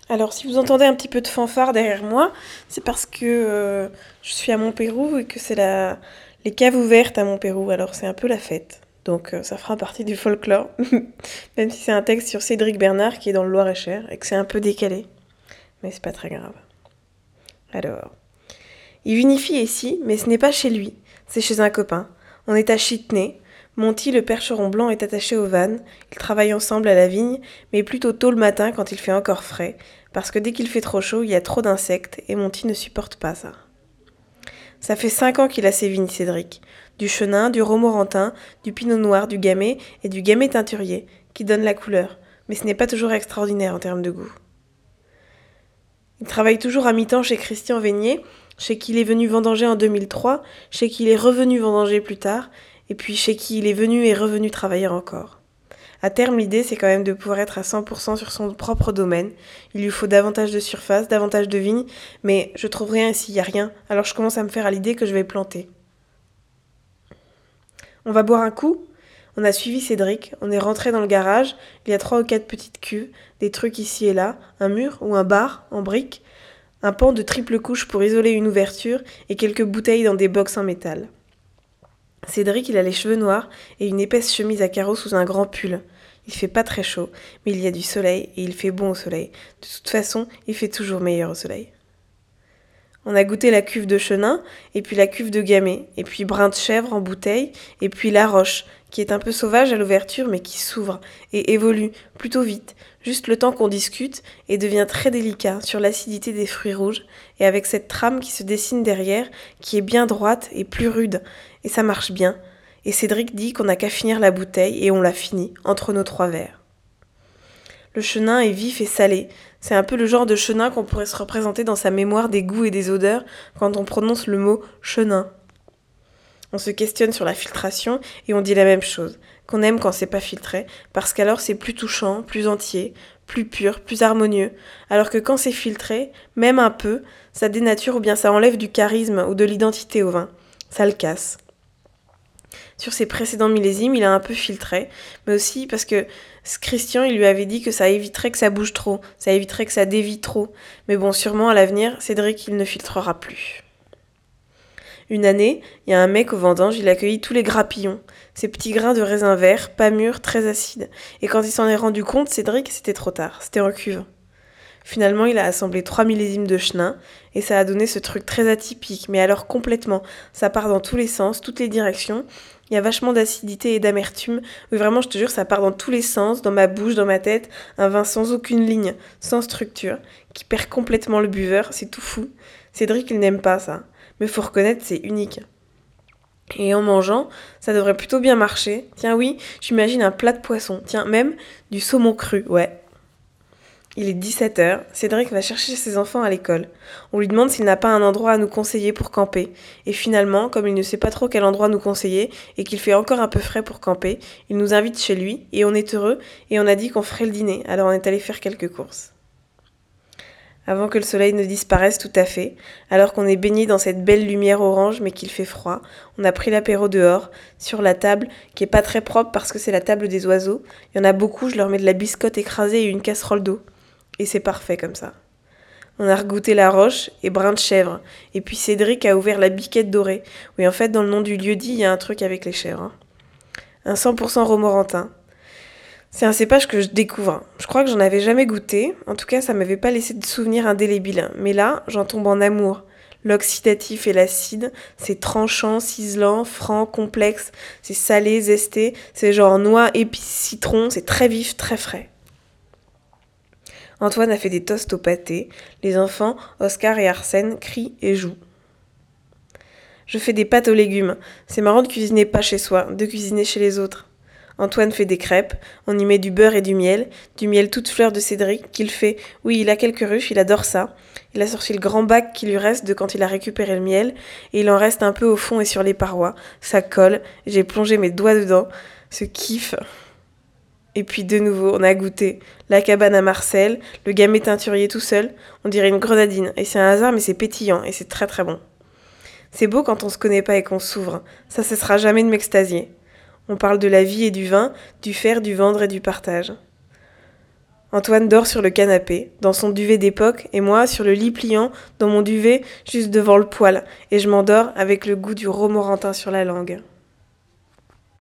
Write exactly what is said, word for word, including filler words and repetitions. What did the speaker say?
Alors, si vous entendez un petit peu de fanfare derrière moi, c'est parce que euh, je suis à Montpérou et que c'est la... les caves ouvertes à Montpérou. Alors, c'est un peu la fête. Donc, euh, ça fera partie du folklore. Même si c'est un texte sur Cédric Bernard qui est dans le Loir-et-Cher et que c'est un peu décalé. Mais c'est pas très grave. Alors, il vinifie ici, mais ce n'est pas chez lui. C'est chez un copain. On est à Chitenay. Monty, le percheron blanc, est attaché aux vannes. Ils travaillent ensemble à la vigne, mais plutôt tôt le matin quand il fait encore frais, parce que dès qu'il fait trop chaud, il y a trop d'insectes, et Monty ne supporte pas ça. Ça fait cinq ans qu'il a ses vignes, Cédric. Du chenin, du romorantin, du pinot noir, du gamay et du gamay teinturier, qui donnent la couleur, mais ce n'est pas toujours extraordinaire en termes de goût. Il travaille toujours à mi-temps chez Christian Vénier, chez qui il est venu vendanger en deux mille trois, chez qui il est revenu vendanger plus tard, et puis chez qui il est venu et revenu travailler encore. À terme, l'idée, c'est quand même de pouvoir être à cent pour cent sur son propre domaine. Il lui faut davantage de surface, davantage de vignes, mais je trouve rien ici, il n'y a rien, alors je commence à me faire à l'idée que je vais planter. On va boire un coup ? On a suivi Cédric, on est rentré dans le garage, il y a trois ou quatre petites cuves, des trucs ici et là, un mur ou un bar en briques, un pan de triple couche pour isoler une ouverture et quelques bouteilles dans des box en métal. Cédric, il a les cheveux noirs et une épaisse chemise à carreaux sous un grand pull. Il fait pas très chaud, mais il y a du soleil et il fait bon au soleil. De toute façon, il fait toujours meilleur au soleil. On a goûté la cuve de chenin, et puis la cuve de gamay, et puis brin de chèvre en bouteille, et puis la roche, qui est un peu sauvage à l'ouverture mais qui s'ouvre et évolue plutôt vite, juste le temps qu'on discute, et devient très délicat sur l'acidité des fruits rouges, et avec cette trame qui se dessine derrière, qui est bien droite et plus rude, et ça marche bien. Et Cédric dit qu'on n'a qu'à finir la bouteille, et on l'a fini, entre nos trois verres. Le chenin est vif et salé. C'est un peu le genre de chenin qu'on pourrait se représenter dans sa mémoire des goûts et des odeurs quand on prononce le mot chenin. On se questionne sur la filtration et on dit la même chose, qu'on aime quand c'est pas filtré, parce qu'alors c'est plus touchant, plus entier, plus pur, plus harmonieux, alors que quand c'est filtré, même un peu, ça dénature ou bien ça enlève du charisme ou de l'identité au vin. Ça le casse. Sur ses précédents millésimes, il a un peu filtré, mais aussi parce que Christian, il lui avait dit que ça éviterait que ça bouge trop, ça éviterait que ça dévie trop. Mais bon, sûrement à l'avenir, Cédric, il ne filtrera plus. Une année, il y a un mec au vendange, il accueillit tous les grappillons, ces petits grains de raisin vert, pas mûrs, très acides. Et quand il s'en est rendu compte, Cédric, c'était trop tard, c'était en cuve. Finalement, il a assemblé trois millésimes de chenin, et ça a donné ce truc très atypique, mais alors complètement. Ça part dans tous les sens, toutes les directions. Il y a vachement d'acidité et d'amertume. Oui, vraiment, je te jure, ça part dans tous les sens, dans ma bouche, dans ma tête. Un vin sans aucune ligne, sans structure, qui perd complètement le buveur, c'est tout fou. Cédric, il n'aime pas ça. Mais faut reconnaître, c'est unique. Et en mangeant, ça devrait plutôt bien marcher. Tiens, oui, j'imagine un plat de poisson. Tiens, même du saumon cru, ouais. Il est dix-sept heures, Cédric va chercher ses enfants à l'école. On lui demande s'il n'a pas un endroit à nous conseiller pour camper. Et finalement, comme il ne sait pas trop quel endroit nous conseiller, et qu'il fait encore un peu frais pour camper, il nous invite chez lui, et on est heureux, et on a dit qu'on ferait le dîner, alors on est allé faire quelques courses. Avant que le soleil ne disparaisse tout à fait, alors qu'on est baigné dans cette belle lumière orange mais qu'il fait froid, on a pris l'apéro dehors, sur la table, qui est pas très propre parce que c'est la table des oiseaux. Il y en a beaucoup, je leur mets de la biscotte écrasée et une casserole d'eau. Et c'est parfait comme ça. On a regoûté la roche et brin de chèvre. Et puis Cédric a ouvert la biquette dorée. Oui, en fait, dans le nom du lieu-dit, il y a un truc avec les chèvres. Hein. Un cent pour cent romorantin. C'est un cépage que je découvre. Je crois que j'en avais jamais goûté. En tout cas, ça m'avait pas laissé de souvenir indélébile. Mais là, j'en tombe en amour. L'oxydatif et l'acide, c'est tranchant, ciselant, franc, complexe. C'est salé, zesté. C'est genre noix, épices, citron. C'est très vif, très frais. Antoine a fait des toasts au pâté. Les enfants, Oscar et Arsène, crient et jouent. Je fais des pâtes aux légumes. C'est marrant de cuisiner pas chez soi, de cuisiner chez les autres. Antoine fait des crêpes, on y met du beurre et du miel, du miel toute fleur de Cédric, qu'il fait, oui, il a quelques ruches, il adore ça. Il a sorti le grand bac qui lui reste de quand il a récupéré le miel, et il en reste un peu au fond et sur les parois. Ça colle, j'ai plongé mes doigts dedans. Ce kiff. Et puis de nouveau, on a goûté la cabane à Marcel, le gamay teinturier tout seul, on dirait une grenadine, et c'est un hasard mais c'est pétillant, et c'est très très bon. C'est beau quand on se connaît pas et qu'on s'ouvre, ça cessera jamais de m'extasier. On parle de la vie et du vin, du faire, du vendre et du partage. Antoine dort sur le canapé, dans son duvet d'époque, et moi sur le lit pliant, dans mon duvet, juste devant le poêle, et je m'endors avec le goût du romorantin sur la langue.